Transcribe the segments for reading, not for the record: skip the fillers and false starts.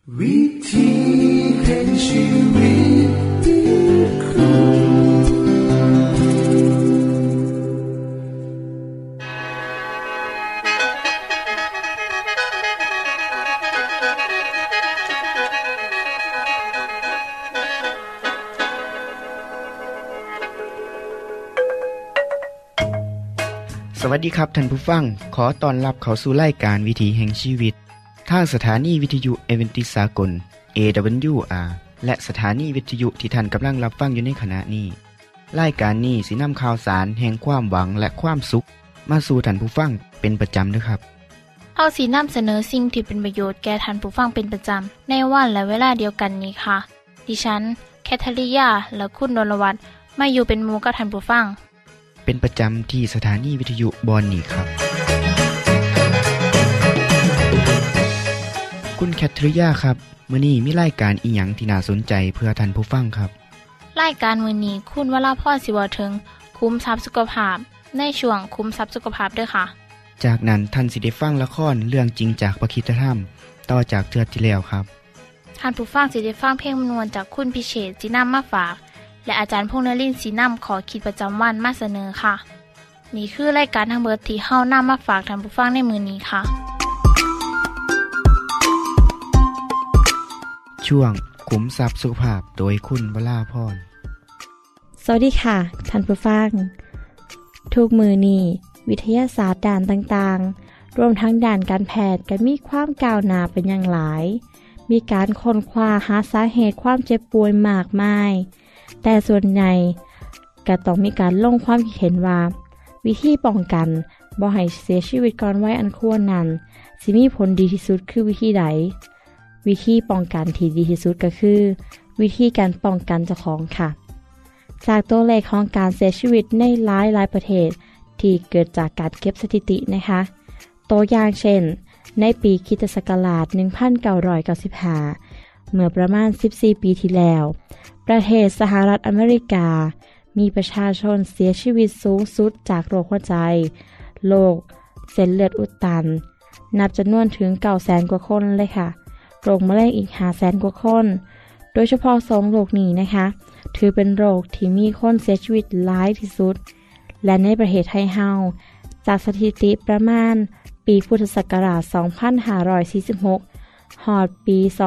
วิธีแห่งชีวิตติดคุกสวัสดีครับท่านผู้ฟังขอต้อนรับเข้าสู่รายการวิถีแห่งชีวิตทางสถานีวิทยุเอเวนติสากล AWR และสถานีวิทยุที่ท่านกำลังรับฟังอยู่ในขณะนี้รายการนี้สินำข่าวสารแห่งความหวังและความสุขมาสู่ท่านผู้ฟังเป็นประจำนะครับเฮาสินำเสนอสิ่งที่เป็นประโยชน์แก่ท่านผู้ฟังเป็นประจำในวันและเวลาเดียวกันนี้ค่ะดิฉันแคทริยาและคุณดลวัฒน์มาอยู่เป็นหมู่กับท่านผู้ฟังเป็นประจำที่สถานีวิทยุบอนนี่ครับคุณแคทริยาครับมื้อนี้มีรายการอีหยังที่น่าสนใจเพื่อท่านผู้ฟังครับรายการมื้อนี้คุณวราพรสิเว้าถึงคุ้มทรัพย์สุขภาพในช่วงคุ้มทรัพย์สุขภาพด้วยค่ะจากนั้นท่านสิได้ฟังละครเรื่องจริงจากพระคริสตธรรมต่อจากเทื่อที่แล้วครับท่านผู้ฟังสิได้ฟังเพลงมนวนจากคุณพิเชษฐ์สินำมาฝากและอาจารย์พงษ์นฤมลศรีนำขอคิดประจำวันมาเสนอค่ะนี่คือรายการทั้งเบิดที่เฮานำมาฝากท่านผู้ฟังในมื้อนี้ค่ะช่วงขุมทรัพย์สุขภาพโดยคุณวราพรสวัสดีค่ะท่านผู้ฟังทุกมื้อนี้วิทยาศาสตร์ด้านต่างๆรวมทั้งด้านการแพทย์ก็มีความก้าวหน้าเป็นอย่างหลายมีการค้นคว้าหาสาเหตุความเจ็บป่วยมากมายแต่ส่วนใหญ่ก็ต้องมีการลงความคิดเห็นว่าวิธีป้องกันบ่ให้เสียชีวิตก่อนวัยอันควรนั้นสิมีผลดีที่สุดคือวิธีใดวิธีป้องกันที่ดีที่สุดก็คือวิธีการป้องกันเจ้าของค่ะจากตัวเลขของการเสียชีวิตในหลายประเทศที่เกิดจากการเก็บสถิตินะคะตัวอย่างเช่นในปีค.ศ. 1995เมื่อประมาณ14ปีที่แล้วประเทศสหรัฐอเมริกามีประชาชนเสียชีวิตสูงสุดจากโรคหัวใจโรคเส้นเลือดอุดตันนับจำนวนถึง 900,000 กว่าคนเลยค่ะโรคมะเร็งอีก 500,000 กว่าคนโดยเฉพาะ2โรคนี้นะคะถือเป็นโรคที่มีคนเสียชีวิตหลายที่สุดและในประเทศไทยเฮาจากสถิติประมาณปีพุทธศักราช 2546 ฮอดปี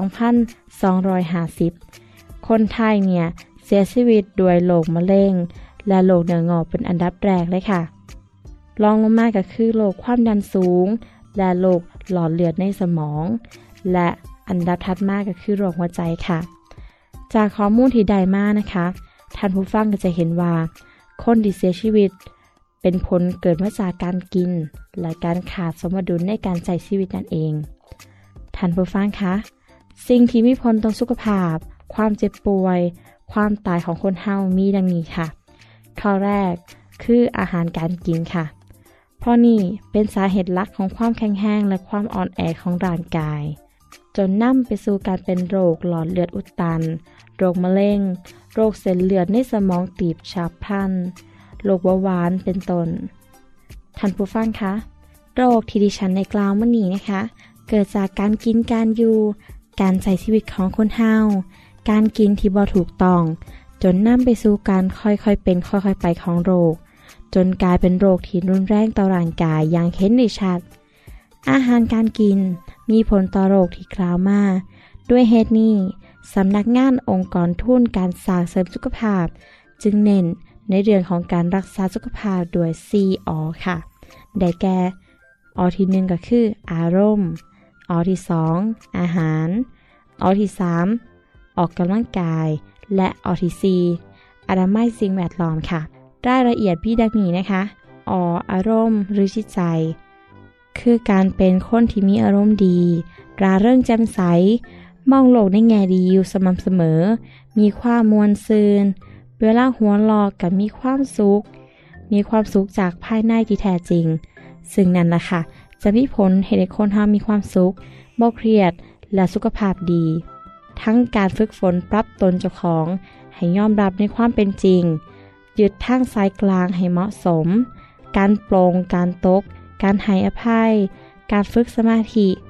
2250 คนไทยเนี่ยเสียชีวิตด้วยโรคมะเร็งและโรคเนื้องอกเป็นอันดับแรกเลยค่ะรองลงมาก็คือโรคความดันสูงและโรคหลอดเลือดในสมองและอันดับถัดมาก็คือโรคหัวใจค่ะจากข้อมูลที่ได้มานะคะท่านผู้ฟังก็จะเห็นว่าคนที่เสียชีวิตเป็นผลเกิดมาจากการกินและการขาดสมดุลในการใช้ชีวิตนั่นเองท่านผู้ฟังคะสิ่งที่มีผลต่อสุขภาพความเจ็บป่วยความตายของคนเฮามีดังนี้ค่ะข้อแรกคืออาหารการกินค่ะเพราะนี่เป็นสาเหตุหลักของความแข็งแรงและความอ่อนแอของร่างกายจนนำไปสู่การเป็นโรคหลอดเลือดอุดตันโรคมะเร็งโรคเส้นเลือดในสมองตีบฉับพลันโรคเบาหวานเป็นต้นท่านผู้ฟังคะโรคที่ดิฉันในกล่าวมานี้นะคะเกิดจากการกินการอยู่การใช้ชีวิตของคนเฮาการกินที่บ่ถูกต้องจนนำไปสู่การค่อยๆเป็นค่อยๆไปของโรคจนกลายเป็นโรคที่รุนแรงต่อร่างกายอย่างเห็นได้ชัดอาหารการกินมีผลต่อโรคที่กล่าวมาด้วยเหตุนี้สำนักงานองค์กรทุนการสร้างเสริมสุขภาพจึงเน้นในเรื่องของการรักษาสุขภาพด้วย 4 อ.ค่ะได้แก่อ.ที่ 1 ก็คืออารมณ์อ.ที่ 2 อาหารอ.ที่ 3 ออกกำลังกายและอ.ที่ 4 อนามัยสิ่งแวดล้อมค่ะรายละเอียดพี่ดังนี้นะคะอ.อารมณ์หรือจิตใจคือการเป็นคนที่มีอารมณ์ดีร่าเริงแจ่มใสมองโลกในแง่ดีอยู่สม่ำเสมอมีความม่วนซื่นเวลาหัวเราะกับมีความสุขจากภายในที่แท้จริงซึ่งนั่นแหละค่ะจะมีผลให้คนเฮามีความสุขบ่เครียดและสุขภาพดีทั้งการฝึกฝนปรับตนเจ้าของให้ยอมรับในความเป็นจริงยึดทางสายกลางให้เหมาะสมการปลงการตกการให้อภัยการฝึกสมาธิ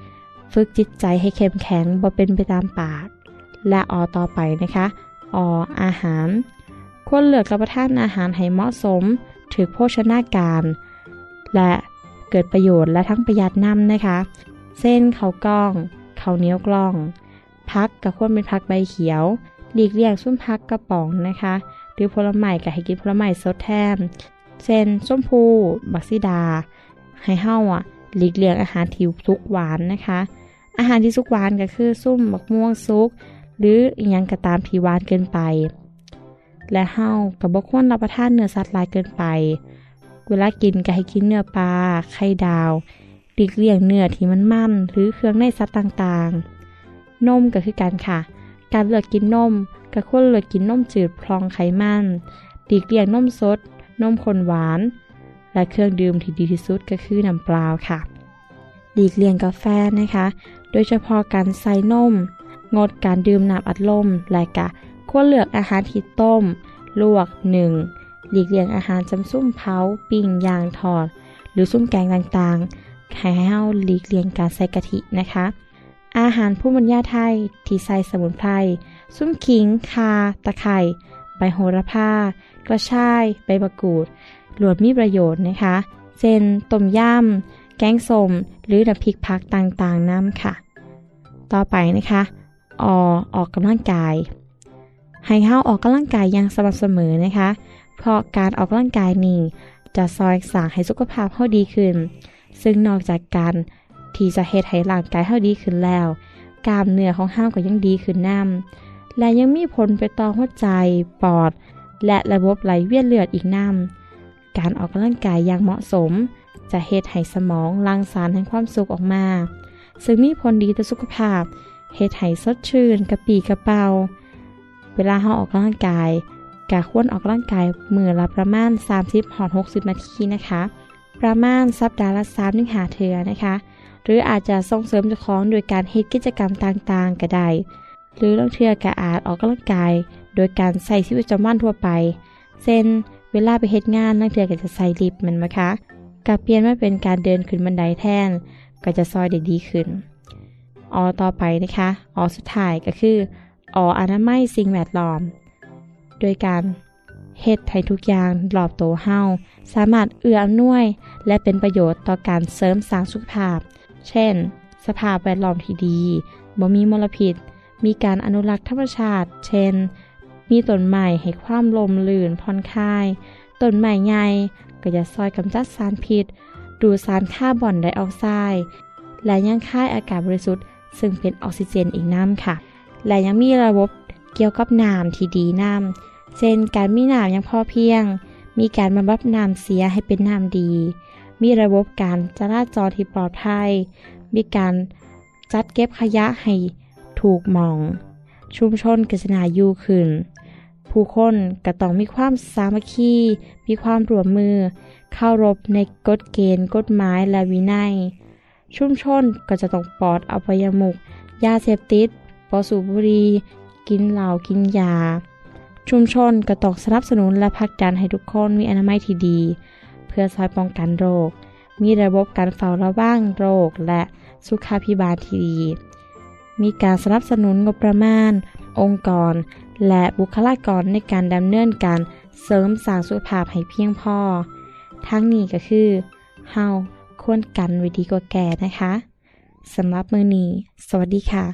ฝึกจิตใจให้เข้มแข็งบ่เป็นไปตามปากและต่อไปนะคะอาหารควรเลือกรับประทานอาหารให้เหมาะสมถือโภชนาการและเกิดประโยชน์และทั้งประหยัดน้ำนะคะเส้นข้าวกล้องข้าวเหนียวกล้องผักก็ควรเป็นผักใบเขียวหลีกเลี่ยงส้มผักกระป๋องนะคะหรือผลไม้ก็ให้กินผลไม้สดแทนเช่นส้มพูบักซีดาให้เฮาหลีกเลี่ยงอาหารที่สุกหวานนะคะอาหารที่สุกหวานก็คือส้มบักม่วงสุกหรืออีกอย่างก็ตามที่หวานเกินไปและเฮาก็บ่ควรรับประทานเนื้อสัตว์หลายเกินไปเวลากินก็ให้กินเนื้อปลาไข่ดาวหลีกเลี่ยงเนื้อที่มันหรือเครื่องในสัตว์ต่างๆนมก็คือกันค่ะการเลือกกินนมก็ควรเลือกกินนมจืดพรองไขมันหลีกเลี่ยงนมสดนมข้นหวานและเครื่องดื่มที่ดีที่สุดก็คือน้ำเปล่าค่ะหลีกเลี่ยงกาแฟนะคะโดยเฉพาะการใส่นมงดการดื่มน้ำอัดลมและก็ควรเลือกอาหารที่ต้มลวกนึ่งหลีกเลี่ยงอาหารจำซุ่มเผาปิ้งย่างทอดหรือซุ่มแกงต่างๆให้เฮาหลีกเลี่ยงการใส่กะทินะคะอาหารภูมิปัญญาไทยที่ใส่สมุนไพรซุ่มขิงข่าตะไคร้ใบโหระพากระชายใบมะกรูดล้วนมีประโยชน์นะคะเช่นต้มยำแกงส้มหรือน้ำพริกผักต่างๆน้ำค่ะต่อไปนะคะออกกำลังกายให้เฮาออกกำลังกายอย่างสม่ำเสมอนะคะเพราะการออกกำลังกายนี้จะซอยสร้างให้สุขภาพเฮาดีขึ้นซึ่งนอกจากการที่จะเฮ็ดให้ร่างกายเฮาดีขึ้นแล้วกล้ามเนื้อของเฮาก็ยังดีขึ้นนำและยังมีผลไปต่อหัวใจปอดและระบบไหลเวียนเลือดอีกนำการออกกำลังกายอย่างเหมาะสมจะเฮ็ดให้สมองหลั่งสารแห่งความสุขออกมาซึ่งมีผลดีต่อสุขภาพเฮ็ดให้สดชื่นกระปรี้กระเปร่าเวลาเฮาออกกำลังกายก็ควรออกกำลังกายมื้อละประมาณ 30-60 นาทีนะคะประมาณสัปดาห์ละ 3-5 เทื่อนะคะหรืออาจจะส่งเสริมเจ้าของโดยการเฮ็ดกิจกรรมต่างๆก็ได้หรือบางเทื่อก็อาจออกกำลังกายโดยการใส่ชีวิตประจำวันทั่วไปเช่นเวลาไปเฮ็ดงานบางเทื่อก็จะใส่ลิฟต์แม่นบ่คะก็เปลี่ยนมาเป็นการเดินขึ้นบันไดแทนก็จะซอยได้ดีขึ้นต่อไปนะคะสุดท้ายก็คืออนามัยสิ่งแวดล้อมโดยการเฮ็ดให้ทุกอย่างรอบตัวเฮาสามารถเอื้ออำนวยและเป็นประโยชน์ต่อการเสริมสร้างสุขภาพเช่นสภาพแวดล้อมที่ดีบ่มีมลพิษมีการอนุรักษ์ธรรมชาติเช่นมีต้นไม้ให้ความลมลื่นผ่อนคลายต้นไม้ใหญ่ก็จะซอยกำจัดสารพิษดูดสารคาร์บอนไดออกไซด์และยังคายอากาศบริสุทธิ์ซึ่งเป็นออกซิเจนอีกน้ำค่ะและยังมีระบบเกี่ยวกับน้ำที่ดีน้ำเช่นการมีน้ำอย่างพอเพียงมีการบำบัดน้ำเสียให้เป็นน้ำดีมีระบบการจราจรที่ปลอดภัยมีการจัดเก็บขยะให้ถูกหม่องชุมชนก็จะน่าอยู่ขึ้นผู้คนก็ต้องมีความสามัคคีมีความร่วมมือเคารพในกฎเกณฑ์กฎหมายและวินัยชุมชนก็จะต้องปลอดอบายมุขยาเสพติดสูบบุหรี่กินเหล้ากินยาชุมชนก็ต้องสนับสนุนและผลักดันให้ทุกคนมีอนามัยที่ดีเพื่อช่วยป้องกันโรคมีระบบการเฝ้าระวังโรคและสุขาภิบาลที่ดีมีการสนับสนุนงบประมาณองค์กรและบุคลากรในการดำเนินการเสริมสร้างสุขภาพให้เพียงพอทั้งนี้ก็คือเฮาควรกันไว้ดีกว่าแก่นะคะสำหรับมื้อนี้สวัสดีค่ะ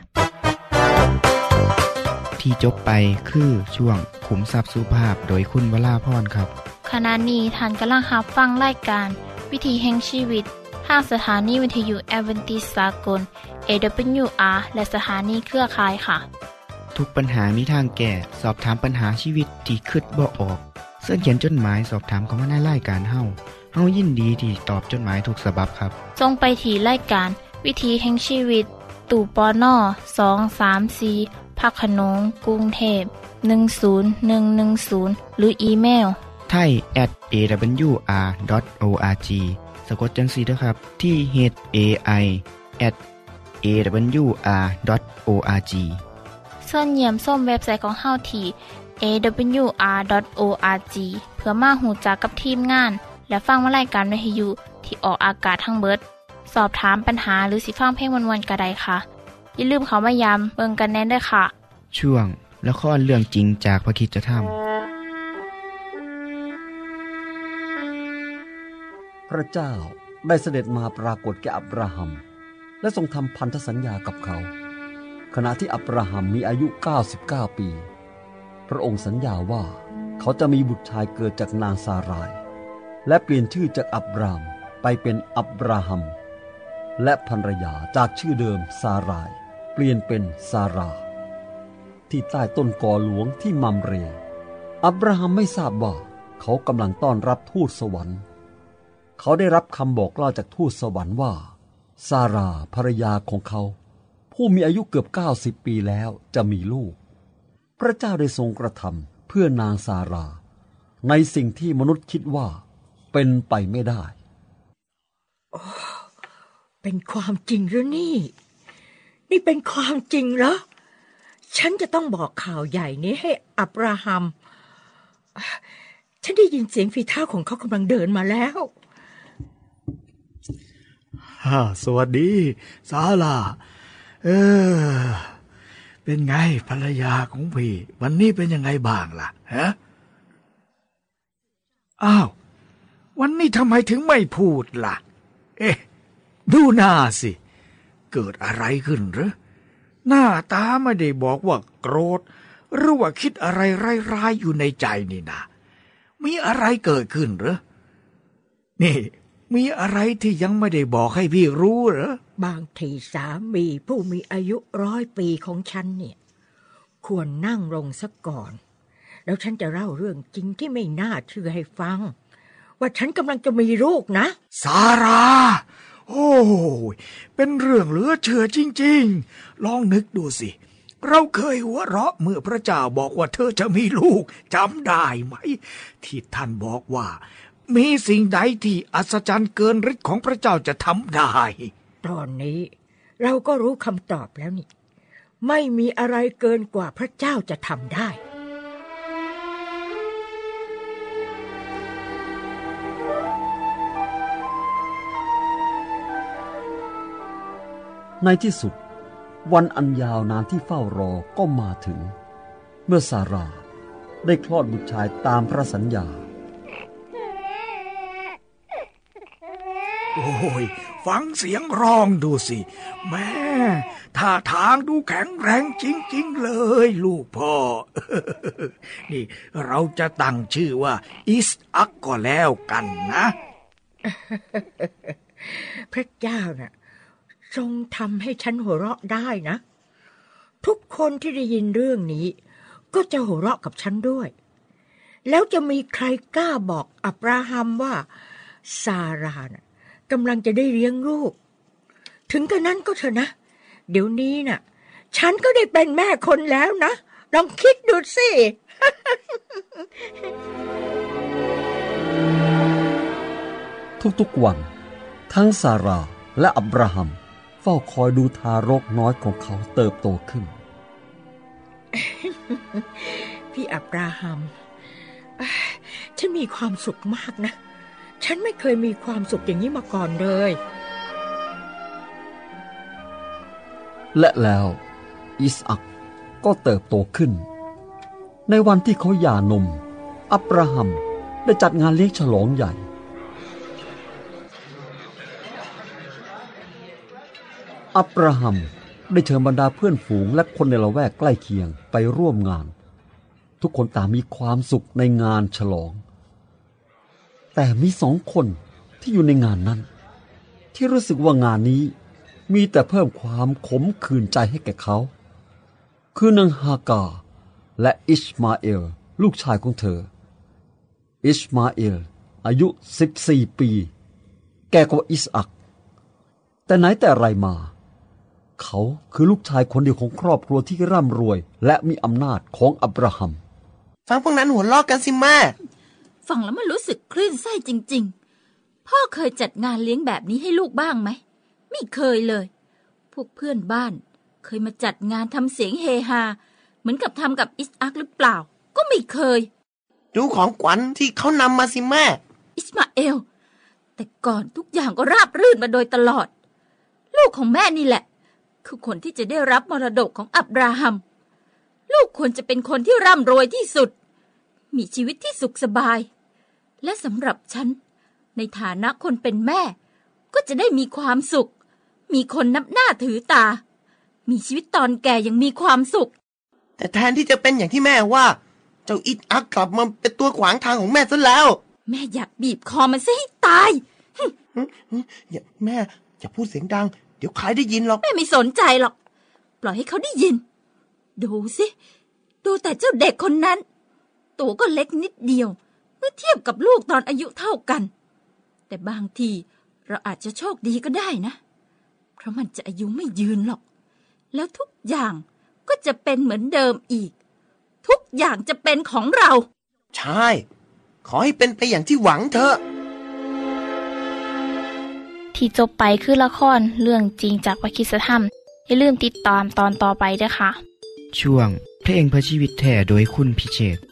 ที่จบไปคือช่วงขุมทรัพย์สุภาพโดยคุณวราพรครับขณะนี้ท่านกำลังรับฟังรายการวิถีแห่งชีวิตทางสถานีวิทยุแอดเวนทิสต์สากล AWR และสถานีเครือข่ายค่ะทุกปัญหามีทางแก้สอบถามปัญหาชีวิตที่คิดบ่ออกเสิร์ชเขียนจดหมายสอบถามเข้ามาในรายการเฮายินดีที่ตอบจดหมายทุกฉบับครับส่งไปที่รายการวิถีแห่งชีวิตตู้ปน234พักขนงกรุงเทพ10110หรืออีเมล thai@awr.org สะกดจังซี่นะครับที่ hai@awr.org เชิญเยี่ยมชมเว็บไซต์ของเฮาที่ awr.org เพื่อมาหูจักกับทีมงานและฟังวารายการวิทยุที่ออกอากาศทั้งเบิดสอบถามปัญหาหรือสิฟังเพลงวนๆก็ได้ค่ะอย่าลืมเข้ามาย้ำเบิ่งกันแน่นด้วยค่ะช่วงละครเรื่องจริงจากพระคริสตธรรมพระเจ้าได้เสด็จมาปรากฏแก่อับราฮัมและทรงทำพันธสัญญากับเขาขณะที่อับราฮัมมีอายุ99ปีพระองค์สัญญาว่าเขาจะมีบุตรชายเกิดจากนางซารายและเปลี่ยนชื่อจากอับรามไปเป็นอับราฮัมและภรรยาจากชื่อเดิมซารายเปลี่ยนเป็นซาราที่ใต้ต้นกอหลวงที่มัมเรอับราฮัมไม่ทราบว่าเขากำลังต้อนรับทูตสวรรค์เขาได้รับคำบอกเล่าจากทูตสวรรค์ว่าซาราภรรยาของเขาผู้มีอายุเกือบ90ปีแล้วจะมีลูกพระเจ้าได้ทรงกระทำเพื่อนางซาราในสิ่งที่มนุษย์คิดว่าเป็นไปไม่ได้เป็นความจริงหรือนี่เป็นความจริงเหรอฉันจะต้องบอกข่าวใหญ่นี้ให้อับราฮัมฉันได้ยินเสียงฝีเท้าของเขากำลังเดินมาแล้วสวัสดีซาลาเป็นไงภรรยาของพี่วันนี้เป็นยังไงบ้างล่ะฮะอ้าววันนี้ทำไมถึงไม่พูดล่ะดูหน้าสิเกิดอะไรขึ้นหรือหน้าตาไม่ได้บอกว่าโกรธหรือว่าคิดอะไรร้ายๆอยู่ในใจนี่นะมีอะไรเกิดขึ้นหรือนี่มีอะไรที่ยังไม่ได้บอกให้พี่รู้เหรอบางทีสามีผู้มีอายุ100 ปีของฉันเนี่ยควรนั่งลงซะก่อนแล้วฉันจะเล่าเรื่องจริงที่ไม่น่าเชื่อให้ฟังว่าฉันกำลังจะมีลูกนะซาราโอ้ยเป็นเรื่องเหลือเชื่อจริงๆลองนึกดูสิเราเคยหัวเราะเมื่อพระเจ้าบอกว่าเธอจะมีลูกจำได้ไหมที่ท่านบอกว่ามีสิ่งใดที่อัศจรรย์เกินฤทธิ์ของพระเจ้าจะทำได้ตอนนี้เราก็รู้คำตอบแล้วนี่ไม่มีอะไรเกินกว่าพระเจ้าจะทำได้ในที่สุดวันอันยาวนานที่เฝ้ารอก็มาถึงเมื่อซาราได้คลอดบุตรชายตามพระสัญญาโอ้ยฟังเสียงร้องดูสิแม่ท่าทางดูแข็งแรงจริงๆเลยลูกพ่อ นี่เราจะตั้งชื่อว่าอิสอัคก็แล้วกันนะพระเจ้าน่ะทรงทำให้ฉันหัวเราะได้นะทุกคนที่ได้ยินเรื่องนี้ก็จะหัวเราะกับฉันด้วยแล้วจะมีใครกล้าบอกอับราฮัมว่าซาราน่ะกำลังจะได้เลี้ยงลูกถึงกระนั้นก็เถอะนะเดี๋ยวนี้น่ะฉันก็ได้เป็นแม่คนแล้วนะลองคิดดูสิทุกๆวันทั้งซาราและอับราฮัมเฝ้าคอยดูทารกน้อยของเขาเติบโตขึ้นพี่อับราฮัมฉันมีความสุขมากนะฉันไม่เคยมีความสุขอย่างนี้มาก่อนเลยและแล้วอิสอัคก็เติบโตขึ้นในวันที่เขาหย่านมอับราฮัมได้จัดงานเลี้ยงฉลองใหญ่อับราฮัมได้เชิญบรรดาเพื่อนฝูงและคนในละแวกใกล้เคียงไปร่วมงานทุกคนต่างมีความสุขในงานฉลองแต่มี2 คนที่อยู่ในงานนั้นที่รู้สึกว่างานนี้มีแต่เพิ่มความขมขื่นใจให้แก่เขาคือนางฮากาและอิชมาเอลลูกชายของเธออิชมาเอลอายุ14 ปีแก่กว่าอิสอัคแต่ไหนแต่ไรมาเขาคือลูกชายคนเดียวของครอบครัวที่ร่ำรวยและมีอำนาจของอับราฮัมฟังพวกนั้นหัวเราะกันสิแม่ฟังแล้วมันรู้สึกคลื่นไส้จริงๆพ่อเคยจัดงานเลี้ยงแบบนี้ให้ลูกบ้างไหมไม่เคยเลยพวกเพื่อนบ้านเคยมาจัดงานทำเสียงเฮฮาเหมือนกับทำกับอิสอัคหรือเปล่าก็ไม่เคยดูของขวัญที่เขานำมาสิแม่อิสมาเอลแต่แต่ก่อนทุกอย่างก็ราบรื่นมาโดยตลอดลูกของแม่นี่แหละคือคนที่จะได้รับมรดกของอับราฮัมลูกควรจะเป็นคนที่ร่ำรวยที่สุดมีชีวิตที่สุขสบายและสำหรับฉันในฐานะคนเป็นแม่ก็จะได้มีความสุขมีคนนับหน้าถือตามีชีวิตตอนแก่ยังมีความสุขแต่แทนที่จะเป็นอย่างที่แม่ว่าเจ้าอิดอักกลับมาเป็นตัวขวางทางของแม่ซะแล้วแม่อยากบีบคอมันซะให้ตายแม่อย่าพูดเสียงดังเดี๋ยวใครได้ยินหรอกแม่ไม่สนใจหรอกปล่อยให้เขาได้ยินดูสิดูแต่เจ้าเด็กคนนั้นตัวก็เล็กนิดเดียวเมื่อเทียบกับลูกตอนอายุเท่ากันแต่บางทีเราอาจจะโชคดีก็ได้นะเพราะมันจะอายุไม่ยืนหรอกแล้วทุกอย่างก็จะเป็นเหมือนเดิมอีกทุกอย่างจะเป็นของเราใช่ขอให้เป็นไปอย่างที่หวังเถอะที่จบไปคือละครเรื่องจริงจากวคิสธรรมอย่าลืมติดตามตอนต่อไปด้วยค่ะช่วงเพลงเพื่อชีวิตแท้โดยคุณพิเชษฐ์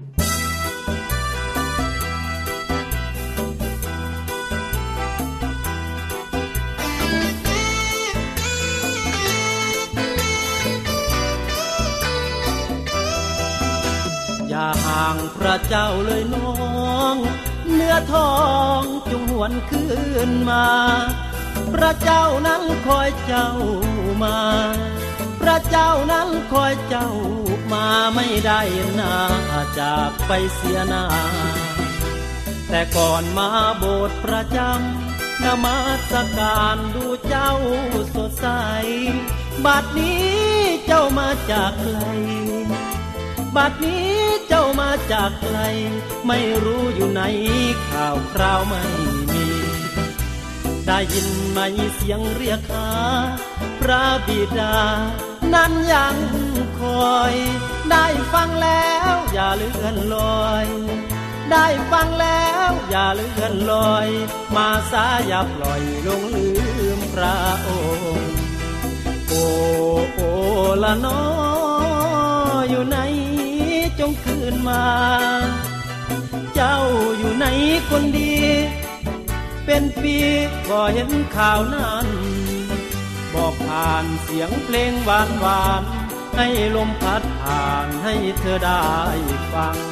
อย่าห่างพระเจ้าเลยน้องเนื้อทองจงหวนคืนมาพระเจ้านั้นคอยเจ้ามาพระเจ้านั้นคอยเจ้ามาไม่ได้นาจากไปเสียนาแต่ก่อนมาโบสถ์ประจำนมัสการดูเจ้าสดใสบัดนี้เจ้ามาจากไกลบัดนี้เจ้ามาจากไกลไม่รู้อยู่ไหนข่าวคราวไม่มีได้ยินไหมเสียงเรียกหาพระบิดานั้นยังคอยได้ฟังแล้วอย่าเลื่อนลอยได้ฟังแล้วอย่าเลื่อนลอยมาสาอย่าปล่อยลงลืมพระองค์โอ้โอละน้ออยู่ไหนจงคืนมาเจ้าอยู่ไหนคนดีเป็นปีบ่เห็นข่าวนั้นบอกผ่านเสียงเพลงหวานหวานให้ลมพัดผ่านให้เธอได้ฟัง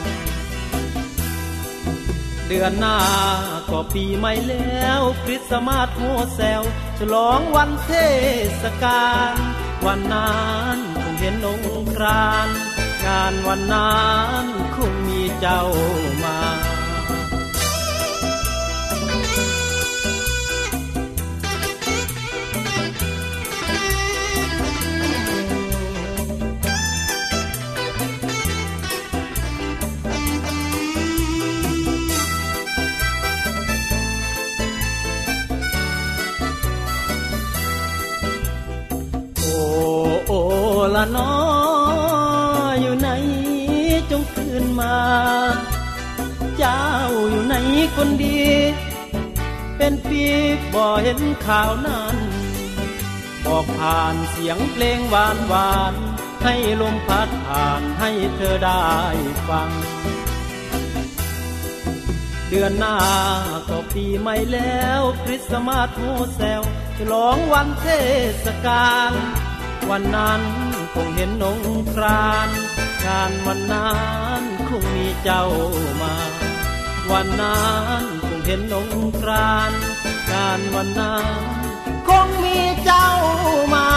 เดือนหน้าก็ปีใหม่แล้วคริสต์มาสโฮแซลฉลองวันเทศกาลวันนั้นคงเห็นองค์ครานงานวันนั้นคงมีเจ้ามาโอ้ละน้ออยู่ไหนจงคืนมาเจ้าอยู่ไหนคนดีเป็นปีบ่เห็นข่าวนั้นบอกผ่านเสียงเพลงหวานหวานให้ลมพัดผ่านให้เธอได้ฟังเดือนหน้าก็ปีใหม่แล้วคริสต์มาสโฮแซลฉลองวันเทศกาลวันนั้นคงเห็นองค์ครานงานวันนั้นคงมีเจ้ามาวันนั้นคงเห็นองค์ครานงานวันนั้นคงมีเจ้ามา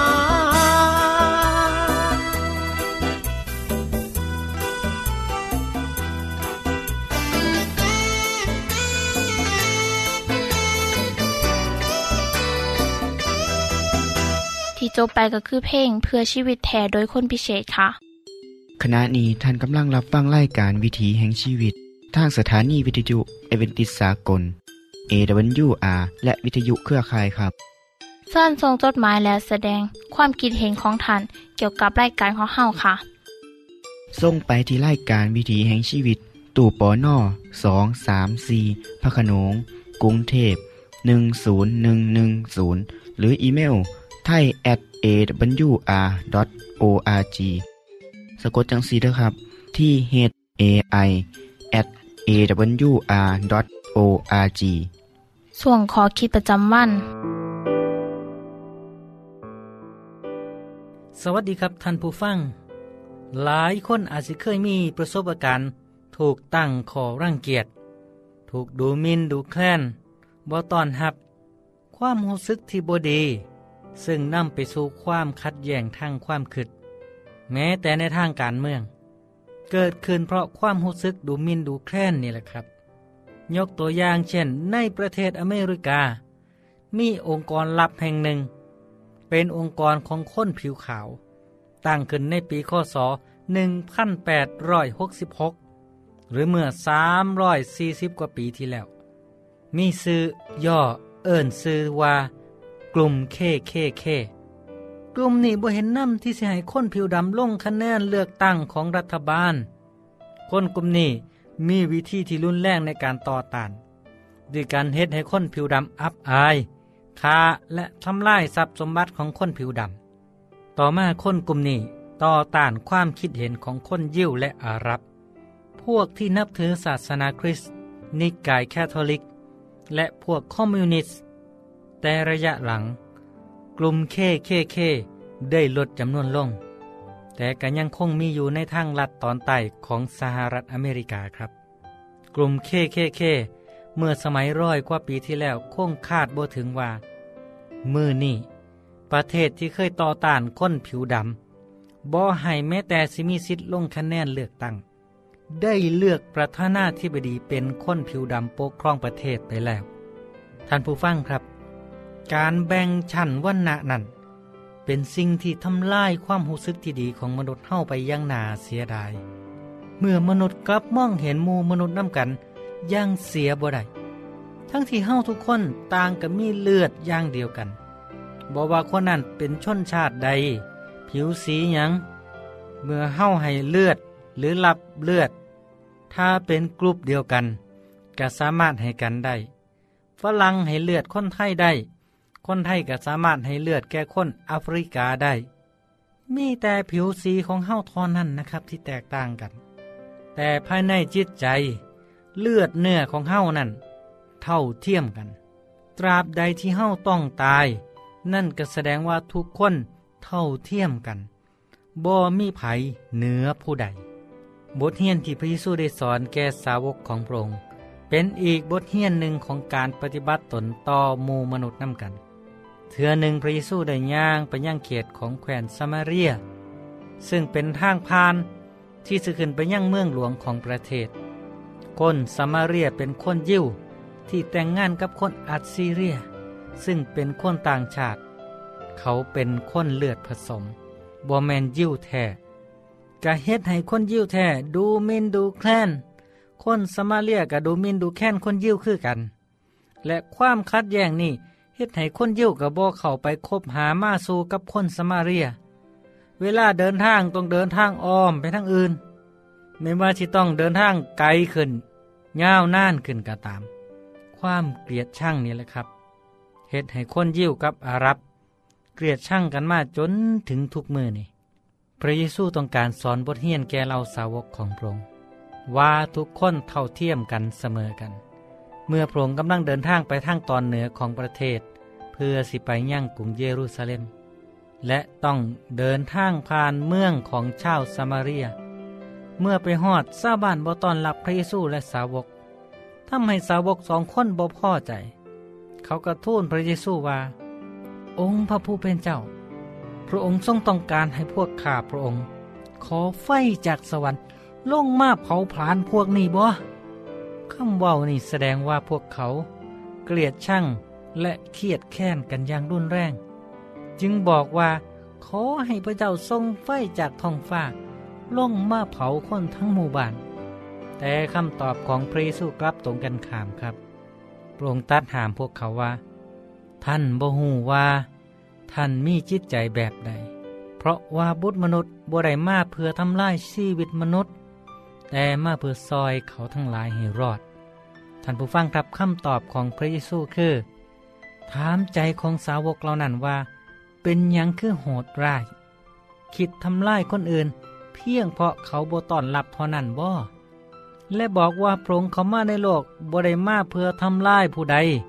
ที่จบไปก็คือเพลงเพื่อชีวิตแท้โดยคนพิเศษค่ะขณะนี้ท่านกำลังรับฟังรายการวิถีแห่งชีวิตทางสถานีวิทยุเอเวนติสากล AWR และวิทยุเครือข่ายครับเชิญส่งจดหมายและแสดงความคิดเห็นของท่านเกี่ยวกับรายการของเฮาค่ะส่งไปที่รายการวิถีแห่งชีวิตตู้ปน234พระโขนงกรุงเทพ10110หรืออีเมลthai@awr.org สะกดจังซี่เด้อครับที่ thai@awr.org ส่วงขอคิดประจำวันสวัสดีครับท่านผู้ฟังหลายคนอาจจะเคยมีประสบการณ์ถูกตั้งข้อรังเกียจถูกดูหมิ่นดูแคลนบ่ต้อนรับความรู้สึกที่บ่ดีซึ่งนำไปสู่ความขัดแย้งทางความคิดแม้แต่ในทางการเมืองเกิดขึ้นเพราะความรู้สึกดูหมิ่นดูแคลนนี่แหละครับยกตัวอย่างเช่นในประเทศอเมริกามีองค์กรลับแห่งหนึ่งเป็นองค์กรของคนผิวขาวตั้งขึ้นในปีค.ศ. 1866 หรือเมื่อ340 กว่าปีที่แล้วมีชื่อย่อเอิ้นชื่อว่ากลุ่ม KKK กลุ่มนี้บ่เห็นนำที่สิให้คนผิวดำลงคะแนนเลือกตั้งของรัฐบาลคนกลุ่มนี้มีวิธีที่รุนแรงในการต่อต้านด้วยการเฮ็ดให้คนผิวดำอับอายฆ่าและทำลายทรัพย์สมบัติของคนผิวดำต่อมาคนกลุ่มนี้ต่อต้านความคิดเห็นของคนยิวและอาหรับพวกที่นับถือศาสนาคริสต์นิกายแคทอลิกและพวกคอมมิวนิสต์แต่ระยะหลังกลุ่ม KKK ได้ลดจำนวนลงแต่ก็ยังคงมีอยู่ในทางลัดตอนใต้ของสหรัฐอเมริกาครับกลุ่ม KKK เมื่อสมัย100 กว่าปีที่แล้วคงคาดบ่ถึงว่ามื้อนี้ประเทศที่เคยต่อต้านคนผิวดำบ่ให้แม้แต่สิมีสิทธิ์ลงคะแนนเลือกตั้งได้เลือกประธานาธิบดีเป็นคนผิวดำปกครองประเทศไปแล้วท่านผู้ฟังครับการแบ่งชั้นวรรณะนั้นเป็นสิ่งที่ทำลายความรู้สึกที่ดีของมนุษย์เฮาไปอย่างน่าเสียดายเมื่อมนุษย์กลับมองเห็นหมู่มนุษย์นำกันอย่างเสียบ่ได้ทั้งที่เฮาทุกคนต่างก็มีเลือดอย่างเดียวกันบ่ว่าคนนั้นเป็นชนชาติใดผิวสีหยังเมื่อเฮาให้เลือดหรือรับเลือดถ้าเป็นกลุ่มเดียวกันก็สามารถให้กันได้ฝรั่งให้เลือดคนไทยได้คนไทยก็สามารถให้เลือดแก่คนแอฟริกาได้มีแต่ผิวสีของเฮาเท่านั้นนะครับที่แตกต่างกันแต่ภายในจิตใจเลือดเนื้อของเฮานั้นเท่าเทียมกันตราบใดที่เฮาต้องตายนั่นก็แสดงว่าทุกคนเท่าเทียมกันบ่มีไผเหนือผู้ใดบทเรียนที่พระเยซูได้สอนแก่สาวกของพระองค์เป็นอีกบทเรียนหนึ่งของการปฏิบัติตนต่อหมู่มนุษย์นำกันเทื่อหนึ่งพระเยซูได้ย่างไปยังเขตของแคว้นซามาเรียซึ่งเป็นทางผ่านที่จะขึ้นไปยังเมืองหลวงของประเทศคนซามาเรียเป็นคนยิวที่แต่งงานกับคนอัสซีเรียซึ่งเป็นคนต่างชาติเขาเป็นคนเลือดผสมบ่แม่นยิวแท้ก็เฮ็ดให้คนยิวแท้ดูหมิ่นดูแคลนคนซามาเรียก็ดูหมิ่นดูแคลนคนยิวคือกันและความขัดแย้งนี้เฮ็ดให้คนยิวก็บ่เข้าไปคบหามาสู่กับคนซามาเรียเวลาเดินทางต้องเดินทางอ้อมไปทางอื่นไม่ว่าสิต้องเดินทางไกลขึ้นยาวนานขึ้นก็ตามความเกลียดชังนี่แหละครับเฮ็ดให้คนยิวกับอาหรับเกลียดชังกันมาจนถึงทุกมื้อนี่พระเยซูต้องการสอนบทเรียนแก่เราสาวกของพระองค์ว่าทุกคนเท่าเทียมกันเสมอกันเมื่อพระองค์กำลังเดินทางไปทางตอนเหนือของประเทศเพื่อสิไปยังกรุงเยรูซาเล็มและต้องเดินทางผ่านเมืองของชาวซามาเรียเมื่อไปฮอดชาวบ้านบ่ต้อนรับพระเยซูและสาวกทำให้สาวก2 คนบ่พอใจเขาก็ทูลพระเยซูว่าองค์พระผู้เป็นเจ้าพระองค์ทรงต้องการให้พวกข้าพระองค์ขอไฟจากสวรรค์ลงมาเผาผลาญพวกนี้บ่คำเว้านี่แสดงว่าพวกเขาเกลียดชังและเครียดแค้นกันอย่างรุนแรงจึงบอกว่าขอให้พระเจ้าทรงไฟจากท้องฟ้าลงมาเผาคนทั้งหมู่บ้านแต่คำตอบของพระเยซูกลับตรงกันข้ามครับพระองค์ตรัสถามพวกเขาว่าท่านบ่ฮู้ว่าท่านมีจิตใจแบบใดเพราะว่าบุตรมนุษย์บ่ได้มาเพื่อทำลายชีวิตมนุษย์แต่มาเพื่อซอยเขาทั้งหลายให้รอดท่านผู้ฟังครับคำตอบของพระเยซูคือถามใจของสาวกเหล่านั้นว่าเป็นหยังคือโหดร้ายคิดทำลายคนอื่นเพียงเพราะเขาบ่ต้อนรับเท่านั้นบ่และบอกว่าพระองค์เข้ามาในโลกบ่ได้มาเพื่อทำลายผู้ใด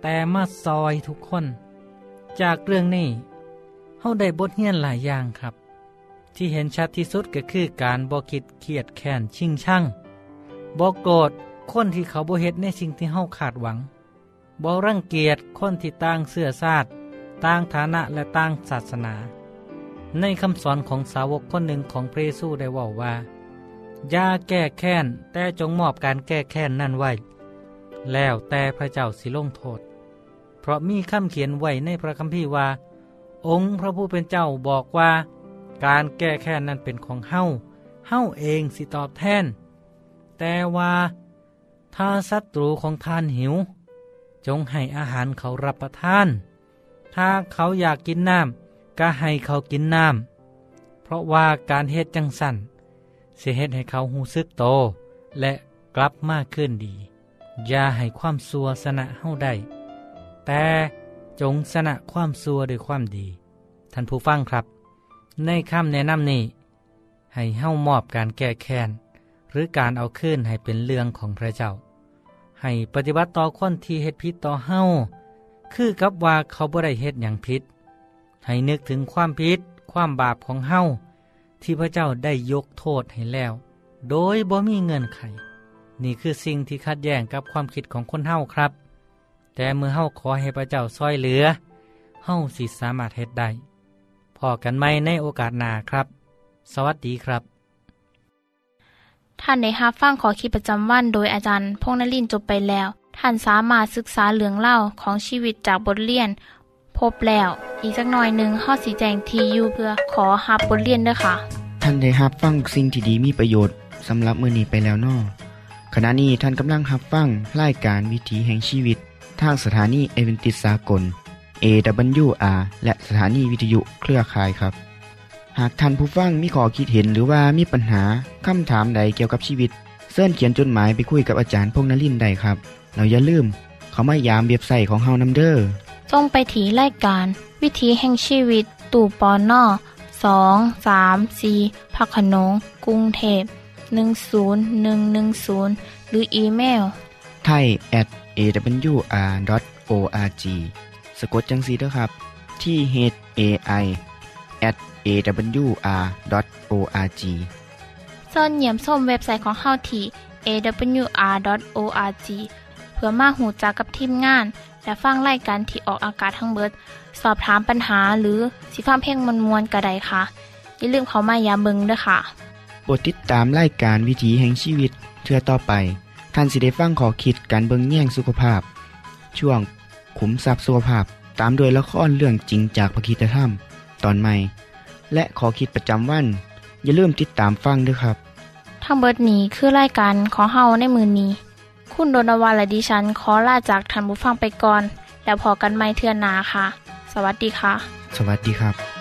แต่มาซอยทุกคน จากเรื่องนี้เฮาได้บทเรียนหลายอย่างครับ ที่เห็นชัดที่สุดก็คือการบ่คิดเครียดแค้นชิงชั่งบ่โกรธคนที่เขาบ่เฮ็ดในสิ่งที่เฮาคาดหวังบ่รังเกียจคนที่ต่างเสื้อชาติต่างฐานะและต่างศาสนาในคำสอนของสาวกคนหนึ่งของพระเยซูได้เว้าว่าอย่าแก้แค้นแต่จงมอบการแก้แค้นนั่นไว้แล้วแต่พระเจ้าสิลงโทษเพราะมีคำเขียนไว้ในพระคัมภีร์ว่าองค์พระผู้เป็นเจ้าบอกว่าการแก้แค้นนั้นเป็นของเฮาเองสิตอบแทนแต่ว่าถ้าศัตรูของท่านหิวจงให้อาหารเขารับประทานถ้าเขาอยากกินน้ำก็ให้เขากินน้ำเพราะว่าการเฮ็ดจังสั่นสิเฮ็ดให้เขาหูซึกโตและกลับมาขึ้นดีอย่าให้ความซัวชนะเฮาได้แต่จงชนะความซัวด้วยความดีท่านผู้ฟังครับในคำแนะนำนี้ให้เฮามอบการแก้แค้นหรือการเอาคืนให้เป็นเรื่องของพระเจ้าให้ปฏิบัติต่อคนที่เฮ็ดผิดต่อเฮาคือกับว่าเขาบ่ได้เฮ็ดหยังผิดให้นึกถึงความผิดความบาปของเฮาที่พระเจ้าได้ยกโทษให้แล้วโดยบ่มีเงื่อนไขนี่คือสิ่งที่ขัดแย้งกับความคิดของคนเฮาครับแต่เมื่อเฮาขอให้พระเจ้าช่วยเหลือเฮาสิสามารถเฮ็ดได้พอกันใหม่ในโอกาสหน้าครับสวัสดีครับท่านได้รับฟังขอคิดประจำวันโดยอาจารย์พงษ์นฤมลจบไปแล้วท่านสามารถศึกษาเรื่องเล่าของชีวิตจากบทเรียนพบแล้วอีกสักหน่อยหนึ่งเฮาสิแจ้งที่อยู่เพื่อขอรับบทเรียนด้วยค่ะท่านได้รับฟังสิ่งที่ดีมีประโยชน์สำหรับมื้อนี้ไปแล้วน้อขณะนี้ท่านกำลังรับฟังรายการวิถีแห่งชีวิตทางสถานีเอเวนติสากล AWR และสถานีวิทยุเครือข่ายครับหากท่านผู้ฟังมีข้อคิดเห็นหรือว่ามีปัญหาคำถามใดเกี่ยวกับชีวิตเชิญเขียนจดหมายไปคุยกับอาจารย์พงษ์นฤมลได้ครับเราอย่าลืมเข้ามายามเว็บไซต์ของเฮานำเด้อส่งไปที่รายการวิถีแห่งชีวิตตู่ปน234พักขนงกรุงเทพ10110หรืออีเมล thai@awr.org สะกดจังซี่เด้อครับที่ thai@awr.org ส่วนเยี่ยมชมเว็บไซต์ของเฮาที่ awr.org เพื่อมาหูจักกับทีมงานและฟังรายการที่ออกอากาศทั้งเบิดสอบถามปัญหาหรือสิฟังเพลงมวลๆก็ได้ค่ะอย่าลืมเข้ามายามเบิ่งด้วยค่ะโปรดติดตามรายการวิถีแห่งชีวิตเทื่อต่อไปท่านสิได้ฟังข้อคิดการเบิ่งแย่งสุขภาพช่วงขุมทรัพย์สุขภาพตามโดยละครเรื่องจริงจากพระคริสตธรรมตอนใหม่และข้อคิดประจำวันอย่าลืมติดตามฟังด้วยครับทั้งเบิดนี้คือรายการของเฮาในมื้อนี้คุณโดนวาและดิฉันขอลาจากท่านผู้ฟังไปก่อนแล้วพอกันใหม่เทื่อหน้าค่ะสวัสดีค่ะสวัสดีครับ